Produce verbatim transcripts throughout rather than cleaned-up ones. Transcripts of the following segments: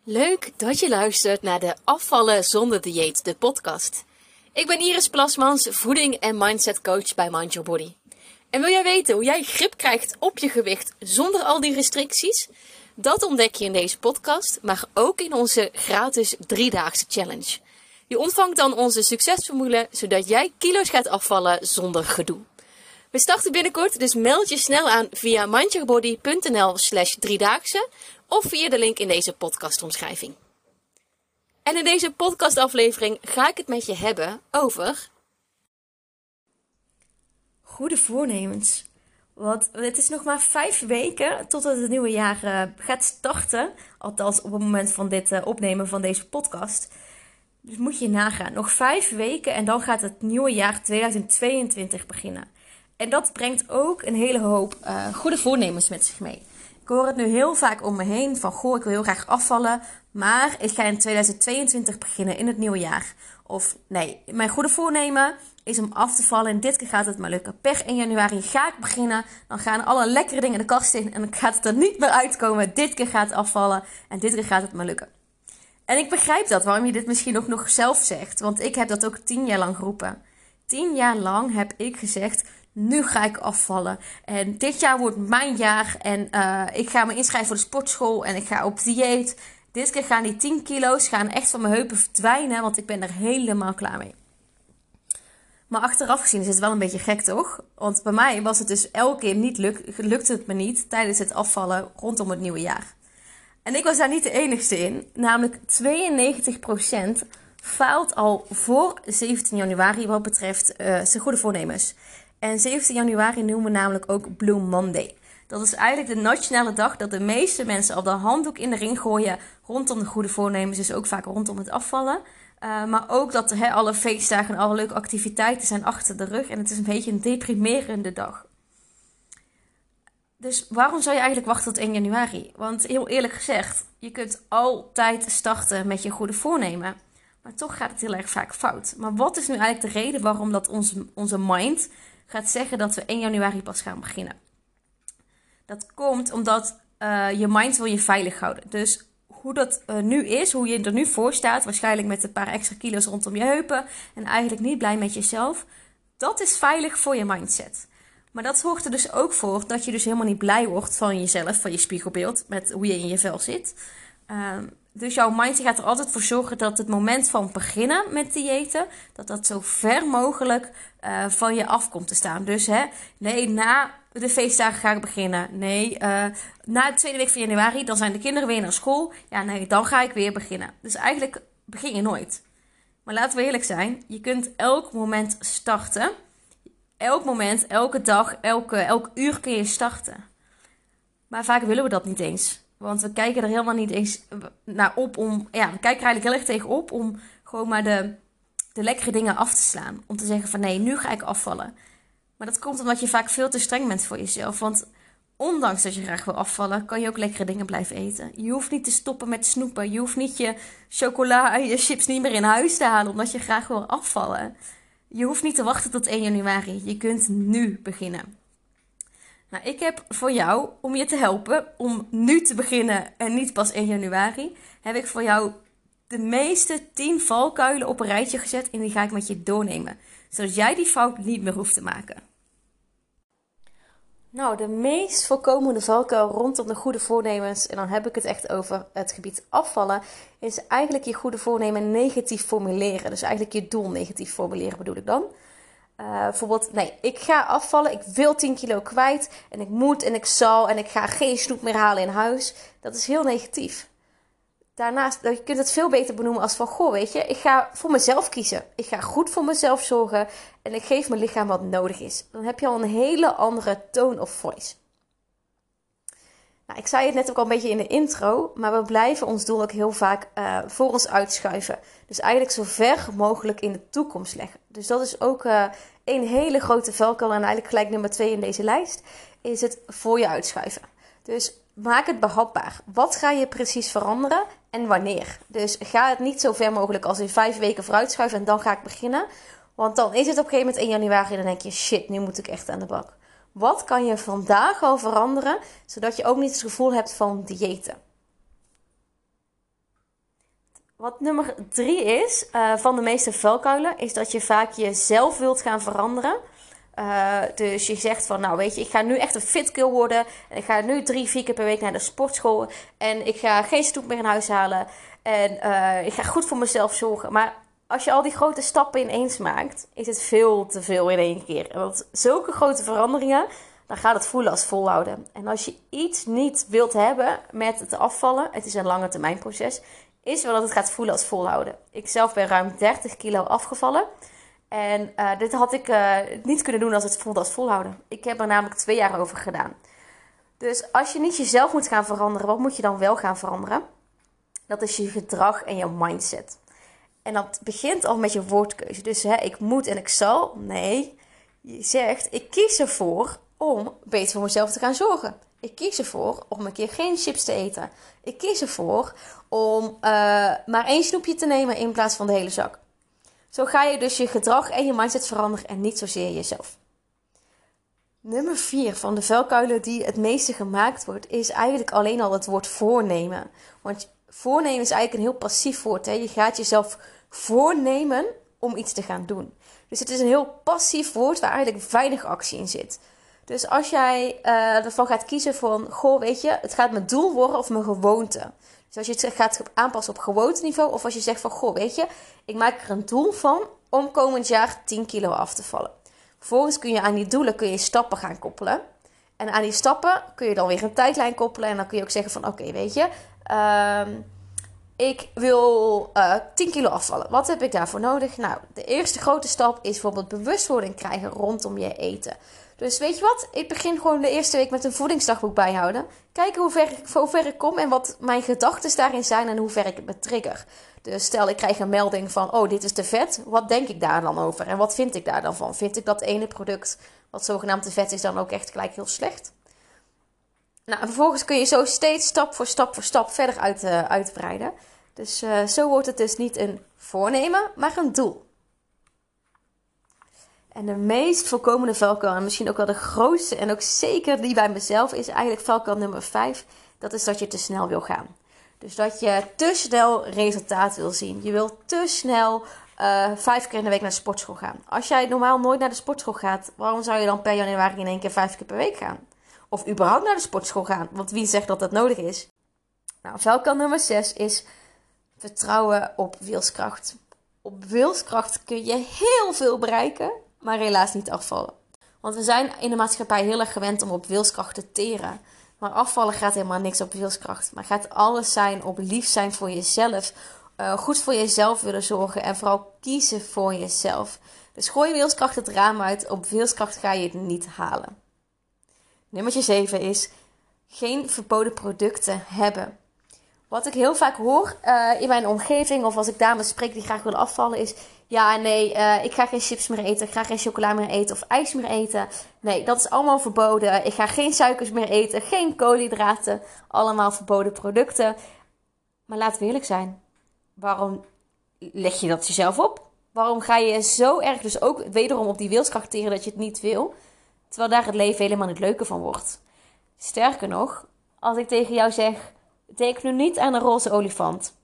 Leuk dat je luistert naar de Afvallen zonder dieet, de podcast. Ik ben Iris Plasmans, voeding- en mindset coach bij Mind Your Body. En wil jij weten hoe jij grip krijgt op je gewicht zonder al die restricties? Dat ontdek je in deze podcast, maar ook in onze gratis driedaagse challenge. Je ontvangt dan onze succesformule, zodat jij kilo's gaat afvallen zonder gedoe. We starten binnenkort, dus meld je snel aan via mindyourbody.nl slash driedaagse of via de link in deze podcastomschrijving. En in deze podcastaflevering ga ik het met je hebben over goede voornemens. Want het is nog maar vijf weken totdat het nieuwe jaar uh, gaat starten. Althans op het moment van dit uh, opnemen van deze podcast. Dus moet je nagaan. Nog vijf weken en dan gaat het nieuwe jaar tweeduizend tweeëntwintig beginnen. En dat brengt ook een hele hoop uh, goede voornemens met zich mee. Ik hoor het nu heel vaak om me heen van, goh, ik wil heel graag afvallen, maar ik ga in tweeduizend tweeëntwintig beginnen in het nieuwe jaar. Of nee, mijn goede voornemen is om af te vallen en dit keer gaat het maar lukken. Per één januari ga ik beginnen, dan gaan alle lekkere dingen de kast in en dan gaat het er niet meer uitkomen. Dit keer gaat het afvallen en dit keer gaat het maar lukken. En ik begrijp dat, waarom je dit misschien ook nog zelf zegt, want ik heb dat ook tien jaar lang geroepen. Tien jaar lang heb ik gezegd, nu ga ik afvallen. En dit jaar wordt mijn jaar. En uh, ik ga me inschrijven voor de sportschool. En ik ga op dieet. Dit keer gaan die tien kilo's gaan echt van mijn heupen verdwijnen. Want ik ben er helemaal klaar mee. Maar achteraf gezien is het wel een beetje gek, toch? Want bij mij was het dus elke keer niet luk, lukte het me niet tijdens het afvallen rondom het nieuwe jaar. En ik was daar niet de enigste in. Namelijk tweeënnegentig procent faalt al voor zeventien januari wat betreft uh, zijn goede voornemens. En zeventien januari noemen we namelijk ook Blue Monday. Dat is eigenlijk de nationale dag dat de meeste mensen al de handdoek in de ring gooien rondom de goede voornemens. Dus ook vaak rondom het afvallen. Uh, maar ook dat he, alle feestdagen en alle leuke activiteiten zijn achter de rug. En het is een beetje een deprimerende dag. Dus waarom zou je eigenlijk wachten tot één januari? Want heel eerlijk gezegd, je kunt altijd starten met je goede voornemen. Maar toch gaat het heel erg vaak fout. Maar wat is nu eigenlijk de reden waarom dat onze, onze mind gaat zeggen dat we één januari pas gaan beginnen? Dat komt omdat uh, je mind wil je veilig houden. Dus hoe dat uh, nu is, hoe je er nu voor staat, waarschijnlijk met een paar extra kilo's rondom je heupen en eigenlijk niet blij met jezelf, dat is veilig voor je mindset. Maar dat zorgt er dus ook voor dat je dus helemaal niet blij wordt van jezelf, van je spiegelbeeld, met hoe je in je vel zit. Uh, dus jouw mind gaat er altijd voor zorgen dat het moment van beginnen met diëten, dat dat zo ver mogelijk uh, van je af komt te staan. Dus hè, nee, na de feestdagen ga ik beginnen. Nee, uh, na de tweede week van januari, dan zijn de kinderen weer naar school. Ja, nee, dan ga ik weer beginnen. Dus eigenlijk begin je nooit. Maar laten we eerlijk zijn, je kunt elk moment starten. Elk moment, elke dag, elke, elk uur kun je starten. Maar vaak willen we dat niet eens. Want we kijken er helemaal niet eens naar op om... Ja, we kijken er eigenlijk heel erg tegen op om gewoon maar de, de lekkere dingen af te slaan. Om te zeggen van nee, nu ga ik afvallen. Maar dat komt omdat je vaak veel te streng bent voor jezelf. Want ondanks dat je graag wil afvallen, kan je ook lekkere dingen blijven eten. Je hoeft niet te stoppen met snoepen. Je hoeft niet je chocola en je chips niet meer in huis te halen omdat je graag wil afvallen. Je hoeft niet te wachten tot één januari. Je kunt nu beginnen. Nou, ik heb voor jou, om je te helpen, om nu te beginnen en niet pas één januari, heb ik voor jou de meeste tien valkuilen op een rijtje gezet en die ga ik met je doornemen. Zodat jij die fout niet meer hoeft te maken. Nou, de meest voorkomende valkuil rondom de goede voornemens, en dan heb ik het echt over het gebied afvallen, is eigenlijk je goede voornemen negatief formuleren. Dus eigenlijk je doel negatief formuleren bedoel ik dan. Uh, bijvoorbeeld, nee, ik ga afvallen, ik wil tien kilo kwijt en ik moet en ik zal en ik ga geen snoep meer halen in huis. Dat is heel negatief. Daarnaast, je kunt het veel beter benoemen als van, goh, weet je, ik ga voor mezelf kiezen. Ik ga goed voor mezelf zorgen en ik geef mijn lichaam wat nodig is. Dan heb je al een hele andere tone of voice. Nou, ik zei het net ook al een beetje in de intro, maar we blijven ons doel ook heel vaak uh, voor ons uitschuiven. Dus eigenlijk zo ver mogelijk in de toekomst leggen. Dus dat is ook uh, een hele grote valkuil en eigenlijk gelijk nummer twee in deze lijst, is het voor je uitschuiven. Dus maak het behapbaar. Wat ga je precies veranderen en wanneer? Dus ga het niet zo ver mogelijk als in vijf weken vooruitschuiven en dan ga ik beginnen. Want dan is het op een gegeven moment één januari en dan denk je, shit, nu moet ik echt aan de bak. Wat kan je vandaag al veranderen, zodat je ook niet het gevoel hebt van diëten? Wat nummer drie is uh, van de meeste valkuilen, is dat je vaak jezelf wilt gaan veranderen. Uh, dus je zegt van, nou weet je, ik ga nu echt een fit girl worden. En ik ga nu drie, vier keer per week naar de sportschool. En ik ga geen snoep meer in huis halen. En uh, ik ga goed voor mezelf zorgen. Maar als je al die grote stappen ineens maakt, is het veel te veel in één keer. Want zulke grote veranderingen, dan gaat het voelen als volhouden. En als je iets niet wilt hebben met het afvallen, het is een lange termijn proces, is wel dat het gaat voelen als volhouden. Ik zelf ben ruim dertig kilo afgevallen. En uh, dit had ik uh, niet kunnen doen als het voelde als volhouden. Ik heb er namelijk twee jaar over gedaan. Dus als je niet jezelf moet gaan veranderen, wat moet je dan wel gaan veranderen? Dat is je gedrag en je mindset. En dat begint al met je woordkeuze. Dus hè, ik moet en ik zal. Nee, je zegt, ik kies ervoor om beter voor mezelf te gaan zorgen. Ik kies ervoor om een keer geen chips te eten. Ik kies ervoor om uh, maar één snoepje te nemen in plaats van de hele zak. Zo ga je dus je gedrag en je mindset veranderen en niet zozeer jezelf. Nummer vier van de vuilkuilen die het meeste gemaakt wordt, is eigenlijk alleen al het woord voornemen. Want voornemen is eigenlijk een heel passief woord. Hè? Je gaat jezelf voornemen om iets te gaan doen. Dus het is een heel passief woord waar eigenlijk weinig actie in zit. Dus als jij uh, ervan gaat kiezen van, goh, weet je, het gaat mijn doel worden of mijn gewoonte. Dus als je het gaat aanpassen op gewoonteniveau, of als je zegt van, goh, weet je, ik maak er een doel van om komend jaar tien kilo af te vallen. Vervolgens kun je aan die doelen kun je stappen gaan koppelen. En aan die stappen kun je dan weer een tijdlijn koppelen. En dan kun je ook zeggen van, oké, okay, weet je, uh, ik wil uh, tien kilo afvallen. Wat heb ik daarvoor nodig? Nou, de eerste grote stap is bijvoorbeeld bewustwording krijgen rondom je eten. Dus weet je wat? Ik begin gewoon de eerste week met een voedingsdagboek bijhouden. Kijken hoe ver, ik, hoe ver ik kom en wat mijn gedachten daarin zijn en hoe ver ik het me trigger. Dus stel ik krijg een melding van, oh dit is te vet. Wat denk ik daar dan over? En wat vind ik daar dan van? Vind ik dat ene product wat zogenaamd te vet is dan ook echt gelijk heel slecht? Nou, en vervolgens kun je zo steeds stap voor stap voor stap verder uit, uh, uitbreiden. Dus uh, zo wordt het dus niet een voornemen, maar een doel. En de meest voorkomende valkuil, en misschien ook wel de grootste en ook zeker die bij mezelf, is eigenlijk valkuil nummer vijf. Dat is dat je te snel wil gaan. Dus dat je te snel resultaat wil zien. Je wil te snel uh, vijf keer in de week naar de sportschool gaan. Als jij normaal nooit naar de sportschool gaat, waarom zou je dan per januari in één keer vijf keer per week gaan? Of überhaupt naar de sportschool gaan? Want wie zegt dat dat nodig is? Nou, valkuil nummer zes is vertrouwen op wilskracht. Op wilskracht kun je heel veel bereiken, maar helaas niet afvallen. Want we zijn in de maatschappij heel erg gewend om op wilskracht te teren. Maar afvallen gaat helemaal niks op wilskracht. Maar gaat alles zijn op lief zijn voor jezelf. Uh, goed voor jezelf willen zorgen. En vooral kiezen voor jezelf. Dus gooi wilskracht het raam uit. Op wilskracht ga je het niet halen. Nummer zeven is geen verboden producten hebben. Wat ik heel vaak hoor uh, in mijn omgeving, of als ik dames spreek die graag willen afvallen, is ja, nee, uh, ik ga geen chips meer eten, ik ga geen chocola meer eten of ijs meer eten. Nee, dat is allemaal verboden. Ik ga geen suikers meer eten, geen koolhydraten, allemaal verboden producten. Maar laten we eerlijk zijn, waarom leg je dat jezelf op? Waarom ga je zo erg dus ook wederom op die wilskracht teren dat je het niet wil, terwijl daar het leven helemaal niet leuker van wordt? Sterker nog, als ik tegen jou zeg, denk nu niet aan een roze olifant.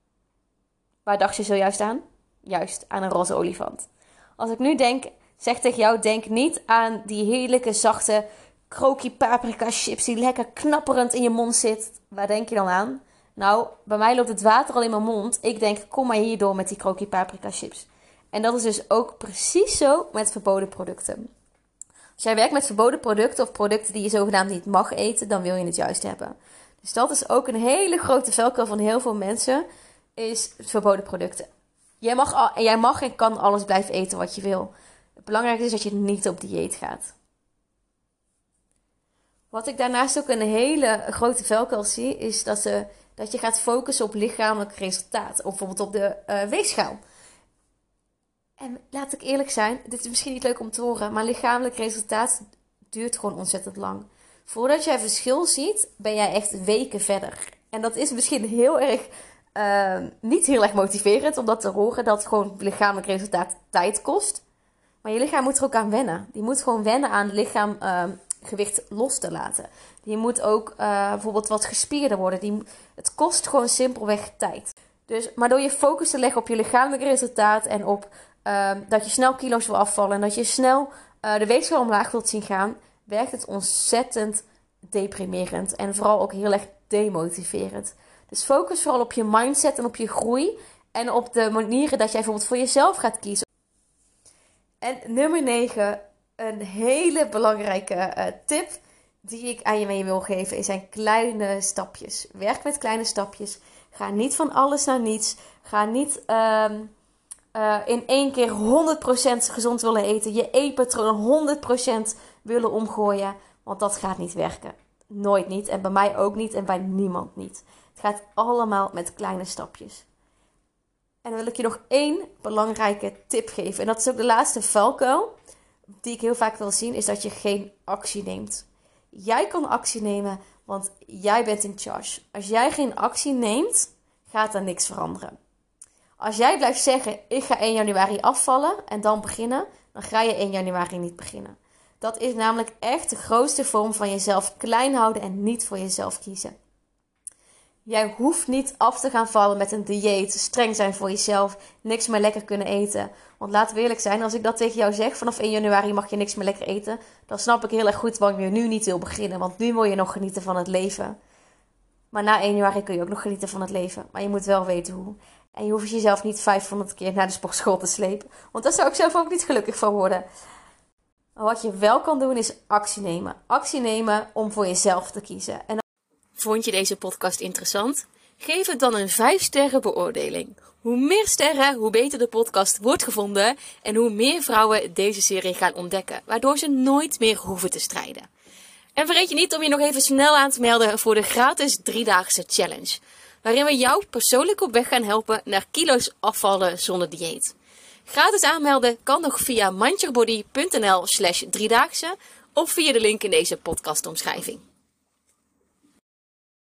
Waar dacht je zojuist aan? Juist, aan een roze olifant. Als ik nu denk, zeg tegen jou, denk niet aan die heerlijke, zachte krokie paprika chips die lekker knapperend in je mond zit. Waar denk je dan aan? Nou, bij mij loopt het water al in mijn mond. Ik denk, kom maar hier door met die krokie paprika chips. En dat is dus ook precies zo met verboden producten. Als jij werkt met verboden producten of producten die je zogenaamd niet mag eten, dan wil je het juist hebben. Dus dat is ook een hele grote valkuil van heel veel mensen, is verboden producten. Jij mag, al, jij mag en kan alles blijven eten wat je wil. Het belangrijkste is dat je niet op dieet gaat. Wat ik daarnaast ook een hele grote valkuil zie, is dat, ze, dat je gaat focussen op lichamelijk resultaat. Of bijvoorbeeld op de uh, weegschaal. En laat ik eerlijk zijn, dit is misschien niet leuk om te horen, maar lichamelijk resultaat duurt gewoon ontzettend lang. Voordat jij verschil ziet, ben jij echt weken verder. En dat is misschien heel erg, uh, niet heel erg motiverend om dat te horen, dat gewoon lichamelijk resultaat tijd kost. Maar je lichaam moet er ook aan wennen. Die moet gewoon wennen aan het lichaam uh, gewicht los te laten. Die moet ook uh, bijvoorbeeld wat gespierder worden. Die, het kost gewoon simpelweg tijd. Dus, maar door je focus te leggen op je lichamelijk resultaat en op uh, dat je snel kilo's wil afvallen en dat je snel uh, de weegschaal omlaag wilt zien gaan, werkt het ontzettend deprimerend en vooral ook heel erg demotiverend. Dus focus vooral op je mindset en op je groei en op de manieren dat jij bijvoorbeeld voor jezelf gaat kiezen. En nummer negen, een hele belangrijke uh, tip die ik aan je mee wil geven, zijn kleine stapjes. Werk met kleine stapjes. Ga niet van alles naar niets. Ga niet uh, uh, in één keer honderd procent gezond willen eten. Je eetpatroon honderd procent willen omgooien. Want dat gaat niet werken. Nooit niet. En bij mij ook niet. En bij niemand niet. Het gaat allemaal met kleine stapjes. En dan wil ik je nog één belangrijke tip geven. En dat is ook de laatste valkuil die ik heel vaak wil zien. Is dat je geen actie neemt. Jij kan actie nemen, want jij bent in charge. Als jij geen actie neemt, gaat er niks veranderen. Als jij blijft zeggen, ik ga één januari afvallen en dan beginnen, dan ga je één januari niet beginnen. Dat is namelijk echt de grootste vorm van jezelf klein houden en niet voor jezelf kiezen. Jij hoeft niet af te gaan vallen met een dieet, streng zijn voor jezelf, niks meer lekker kunnen eten. Want laten we eerlijk zijn, als ik dat tegen jou zeg, vanaf één januari mag je niks meer lekker eten, dan snap ik heel erg goed waarom je nu niet wil beginnen. Want nu wil je nog genieten van het leven. Maar na één januari kun je ook nog genieten van het leven. Maar je moet wel weten hoe. En je hoeft jezelf niet vijfhonderd keer naar de sportschool te slepen. Want daar zou ik zelf ook niet gelukkig van worden. Maar wat je wel kan doen is actie nemen. Actie nemen om voor jezelf te kiezen. En Vond je deze podcast interessant? Geef het dan een vijf sterren beoordeling. Hoe meer sterren, hoe beter de podcast wordt gevonden en hoe meer vrouwen deze serie gaan ontdekken, waardoor ze nooit meer hoeven te strijden. En vergeet je niet om je nog even snel aan te melden voor de gratis driedaagse challenge, waarin we jou persoonlijk op weg gaan helpen naar kilo's afvallen zonder dieet. Gratis aanmelden kan nog via mindyourbody punt n l slash driedaagse of via de link in deze podcastomschrijving.